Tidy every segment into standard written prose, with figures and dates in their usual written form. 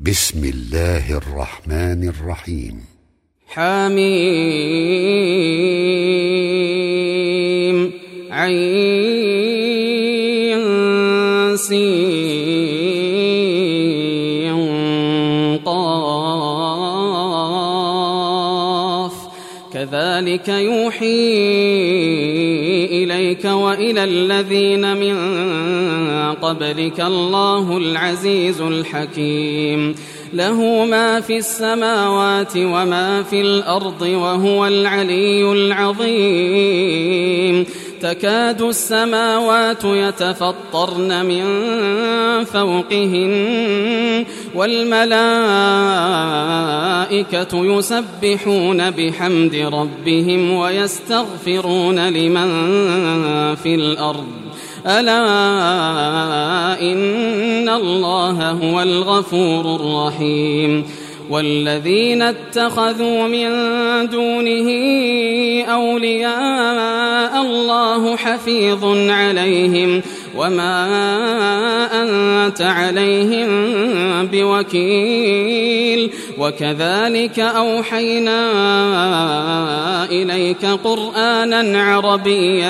بسم الله الرحمن الرحيم. حميم عين سين قاف كذلك يوحي إليك وإلى الذين من قبلك الله العزيز الحكيم. له ما في السماوات وما في الأرض وهو العلي العظيم. تكاد السماوات يتفطرن من فوقهن والملائكة يسبحون بحمد ربهم ويستغفرون لمن في الأرض ألا إن الله هو الغفور الرحيم. والذين اتخذوا من دونه أولياء الله حفيظ عليهم وما أنت عليهم بوكيل. وكذلك أوحينا إليك قرآنا عربيا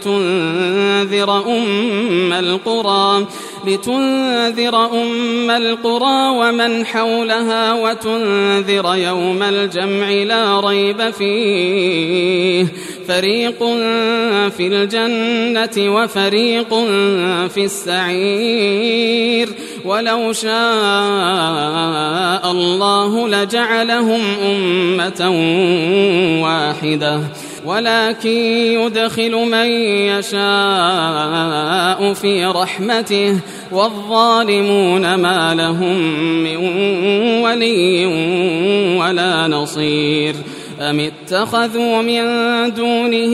لتنذر أم القرى ومن حولها وتنذر يوم الجمع لا ريب فيه. فريق في الجنة وفريق في السعير. ولو شاء الله لجعلهم أمة واحدة ولكن يدخل من يشاء في رحمته والظالمون ما لهم من ولي ولا نصير. أم اتخذوا من دونه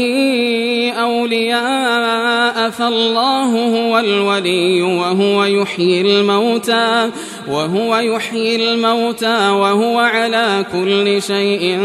أولياء فالله هو الولي وهو يحيي الموتى وهو على كل شيء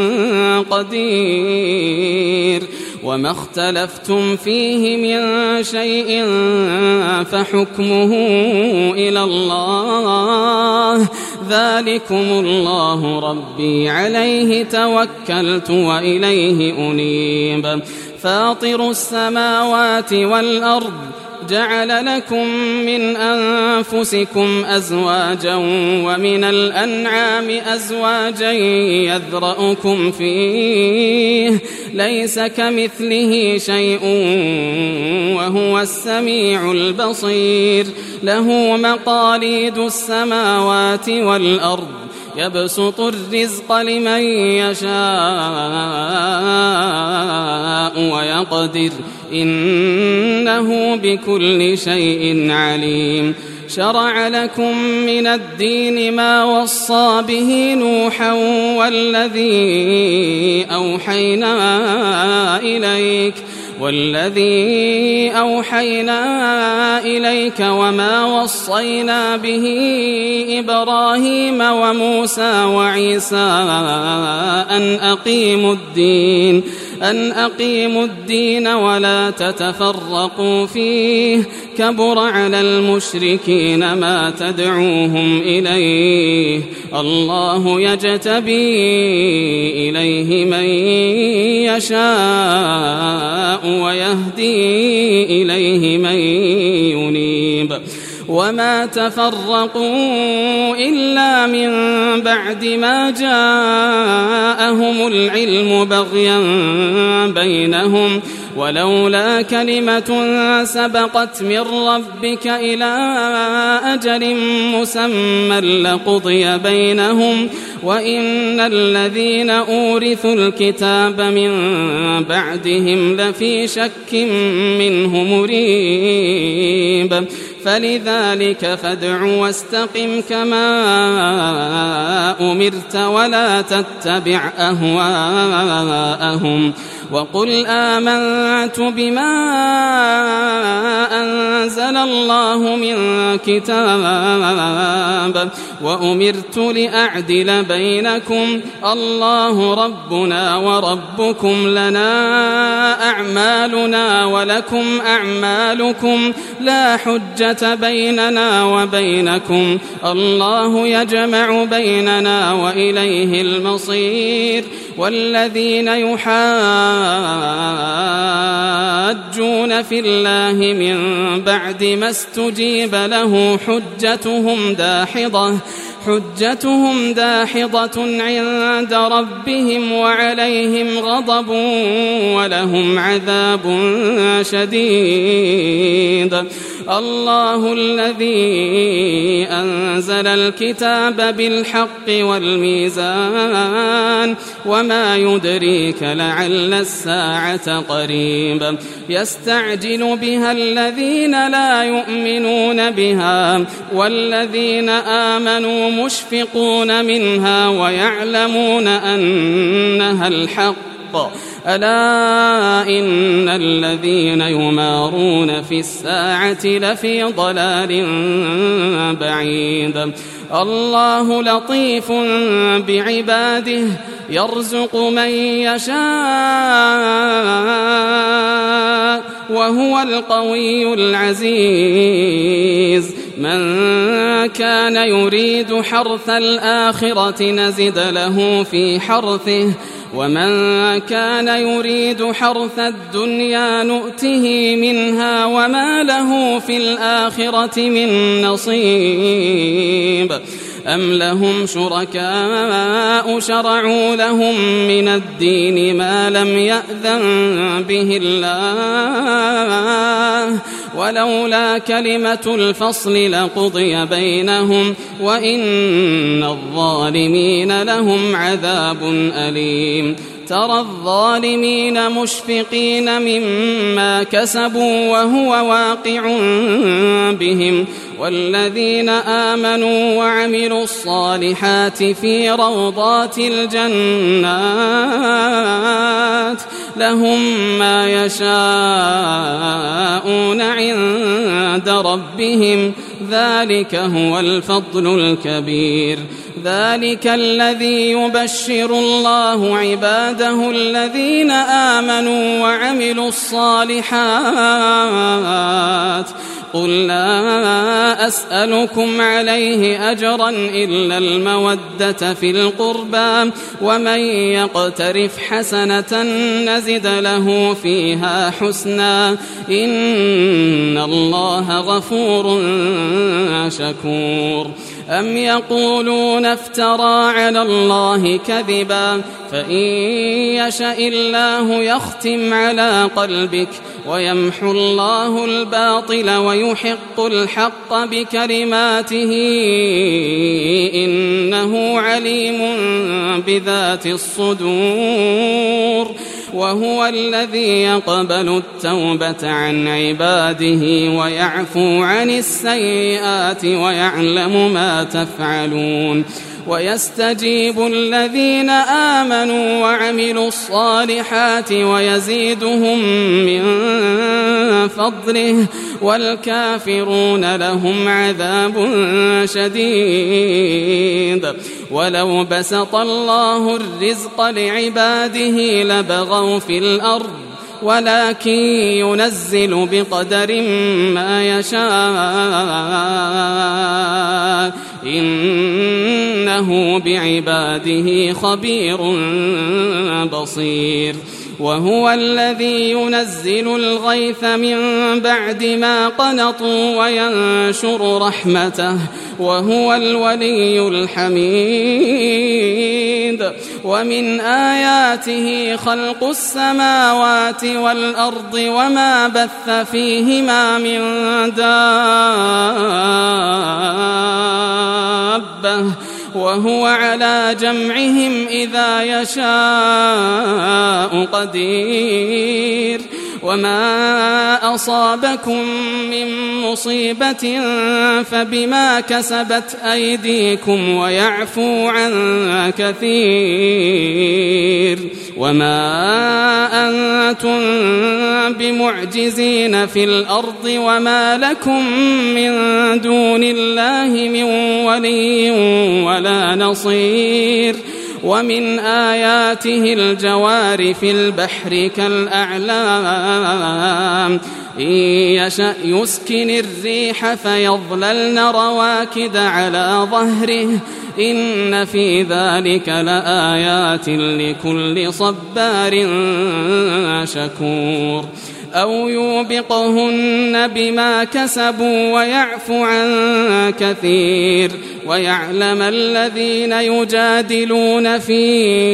قدير. وما اختلفتم فيه من شيء فحكمه إلى الله ذلكم الله ربي عليه توكلت وإليه أنيب. فاطر السماوات والأرض جعل لكم من أنفسكم أزواجا ومن الأنعام أزواجا يذرأكم فيه ليس كمثله شيء وهو السميع البصير. له مقاليد السماوات والأرض يبسط الرزق لمن يشاء ويقدر إنه بكل شيء عليم. شرع لكم من الدين ما وصى به نوحا والذي أوحينا إليك وما وصينا به إبراهيم وموسى وعيسى أن أقيموا الدين ولا تتفرقوا فيه كبر على المشركين ما تدعوهم إليه. الله يجتبي إليه من يشاء ويهدي إليه من ينيب. وما تفرقوا إلا من بعد ما جاءهم العلم بغيا بينهم ولولا كلمة سبقت من ربك إلى أجل مسمى لقضي بينهم وإن الذين أورثوا الكتاب من بعدهم لفي شك منه مريب. فلذلك فادع واستقم كما أمرت ولا تتبع أهواءهم وقل آمنت بما أنزل الله من كتاب وأمرت لأعدل بينكم الله ربنا وربكم لنا أعمالنا ولكم أعمالكم لا حجة بيننا وبينكم الله يجمع بيننا وإليه المصير والذين يحاجون في الله من بعد ما استجيب له حجتهم داحضة عند ربهم وعليهم غضب ولهم عذاب شديد الله الذي أنزل الكتاب بالحق والميزان وما يدريك لعل الساعة قريب يستعجل بها الذين لا يؤمنون بها والذين آمنوا مشفقون منها ويعلمون أنها الحق ألا إن الذين يمارون في الساعة لفي ضلال بعيد الله لطيف بعباده يرزق من يشاء وهو القوي العزيز من كان يريد حرث الآخرة نزد له في حرثه ومن كان يريد حرث الدنيا نؤته منها وما له في الآخرة من نصيب أم لهم شركاء شرعوا لهم من الدين ما لم يأذن به الله ولولا كلمة الفصل لقضي بينهم وإن الظالمين لهم عذاب أليم ترى الظالمين مشفقين مما كسبوا وهو واقع بهم والذين آمنوا وعملوا الصالحات في روضات الجنات لهم ما يشاءون عند ربهم ذلك هو الفضل الكبير ذلك الذي يبشر الله عباده الذين آمنوا وعملوا الصالحات قل لا أسألكم عليه أجرا إلا المودة في القربى ومن يقترف حسنة نزد له فيها حسنا إن الله غفور شكور أم يقولون افترى على الله كذبا فإن يشاء الله يختم على قلبك ويمحو الله الباطل ويحق الحق بكلماته إنه عليم بذات الصدور وهو الذي يقبل التوبة عن عباده ويعفو عن السيئات ويعلم ما تفعلون ويستجيب الذين آمنوا وعملوا الصالحات ويزيدهم من فضله والكافرون لهم عذاب شديد ولو بسط الله الرزق لعباده لبغوا في الأرض ولكن ينزل بقدر ما يشاء إنه بعباده خبير بصير وهو الذي ينزل الغيث من بعد ما قنطوا وينشر رحمته وهو الولي الحميد ومن آياته خلق السماوات والأرض وما بث فيهما من دابة وهو على جمعهم إذا يشاء قدير وما أصابكم من مصيبة فبما كسبت أيديكم ويعفو عن كثير وما أنتم بمعجزين في الأرض وما لكم من دون الله من ولي ولا نصير ومن آياته الجوار في البحر كالأعلام إن يشأ يسكن الريح فيظللن رواكد على ظهره إن في ذلك لآيات لكل صبار شكور أو يوبقهن بما كسبوا ويعفو عن كثير ويعلم الذين يجادلون في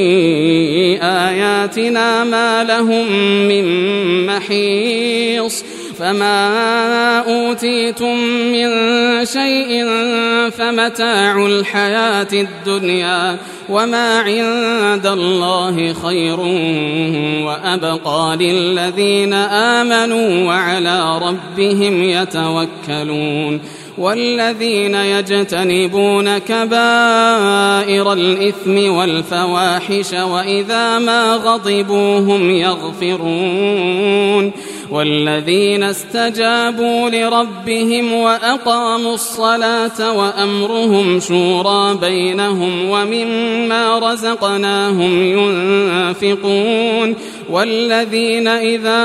آياتنا ما لهم من محيص فما أوتيتم من شيء فمتاع الحياة الدنيا وما عند الله خير وأبقى للذين آمنوا وعلى ربهم يتوكلون والذين يجتنبون كبائر الإثم والفواحش وإذا ما غضبوا هم يغفرون والذين استجابوا لربهم وأقاموا الصلاة وأمرهم شورى بينهم ومما رزقناهم ينفقون والذين إذا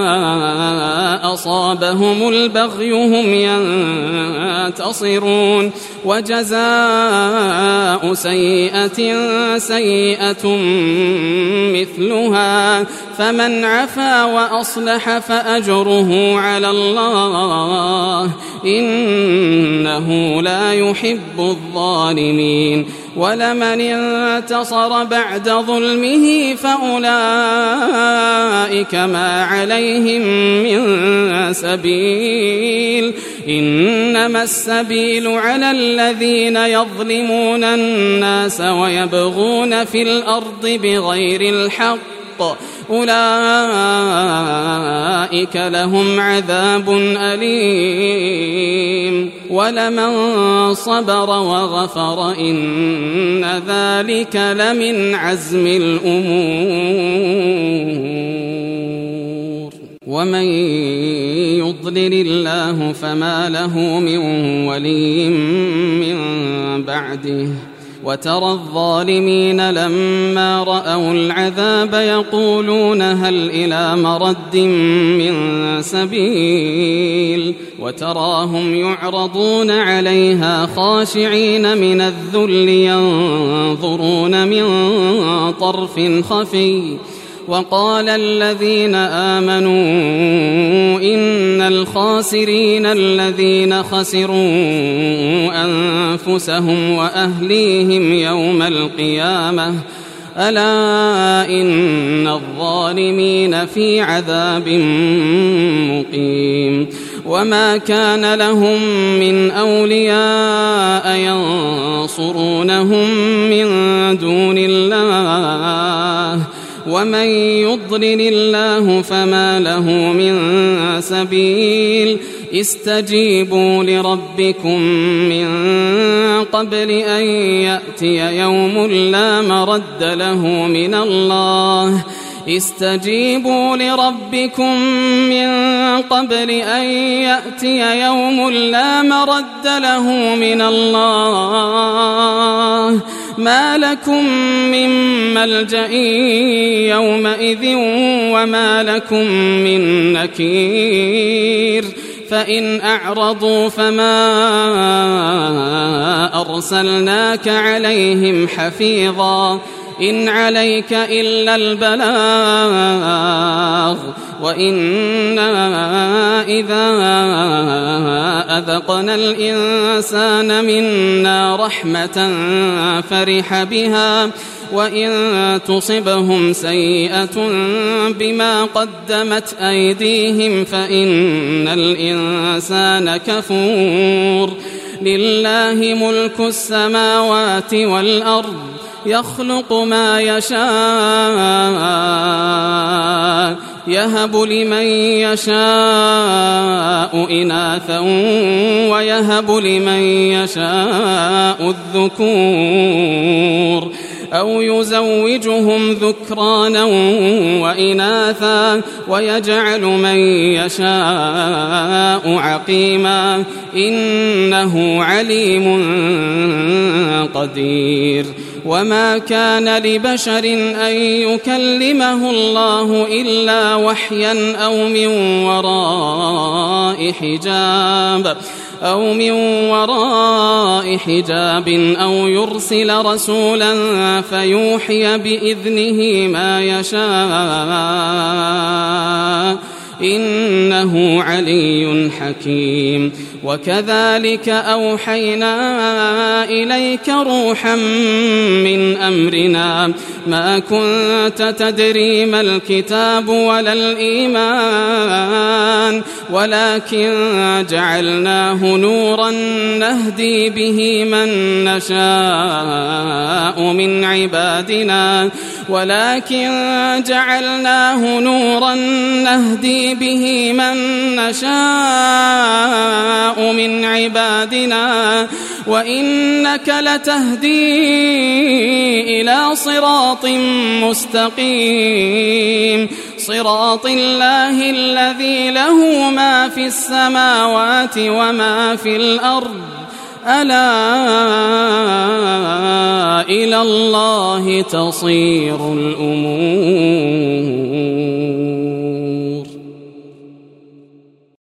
أصابهم البغي هم ينتصرون وجزاء سيئة سيئة مثلها فمن عفا وأصلح فأجره على الله إنه لا يحب الظالمين ولمن انتصر بعد ظلمه فأولئك ما عليهم من سبيل إنما السبيل على الذين يظلمون الناس ويبغون في الأرض بغير الحق أولئك لهم عذاب أليم ولمن صبر وغفر إن ذلك لمن عزم الأمور ومن يضلل الله فما له من ولي من بعده وترى الظالمين لما رأوا العذاب يقولون هل إلى مرد من سبيل وتراهم يعرضون عليها خاشعين من الذل ينظرون من طرف خفي وقال الذين آمنوا إن الخاسرين الذين خسروا أنفسهم وأهليهم يوم القيامة ألا إن الظالمين في عذاب مقيم وما كان لهم من أولياء ينصرونهم من دون الله ومن يضلل الله فما له من سبيل استجيبوا لربكم من قبل أن يأتي يوم لا مرد له من الله استجيبوا لربكم من قبل أن يأتي يوم لا مرد له من الله ما لكم من ملجأ يومئذ وما لكم من نكير فإن أعرضوا فما أرسلناك عليهم حفيظا إن عليك إلا البلاغ وإنا إذا أذقنا الإنسان منا رحمة فرح بها وإن تصبهم سيئة بما قدمت أيديهم فإن الإنسان كفور لله ملك السماوات والأرض يخلق ما يشاء يهب لمن يشاء إناثا ويهب لمن يشاء الذكور أو يزوجهم ذكرانا وإناثا ويجعل من يشاء عقيما إنه عليم قدير. وما كان لبشر أن يكلمه الله إلا وحيا أو من وراء حجاب أو يرسل رسولا فيوحي بإذنه ما يشاء إنه علي حكيم. وكذلك أوحينا إليك روحا من أمرنا ما كنت تدري ما الكتاب ولا الإيمان ولكن جعلناه نورا نهدي به من نشاء من عبادنا وإنك لتهدي إلى صراط مستقيم صراط الله الذي له ما في السماوات وما في الأرض ألا إلى الله تصير الأمور.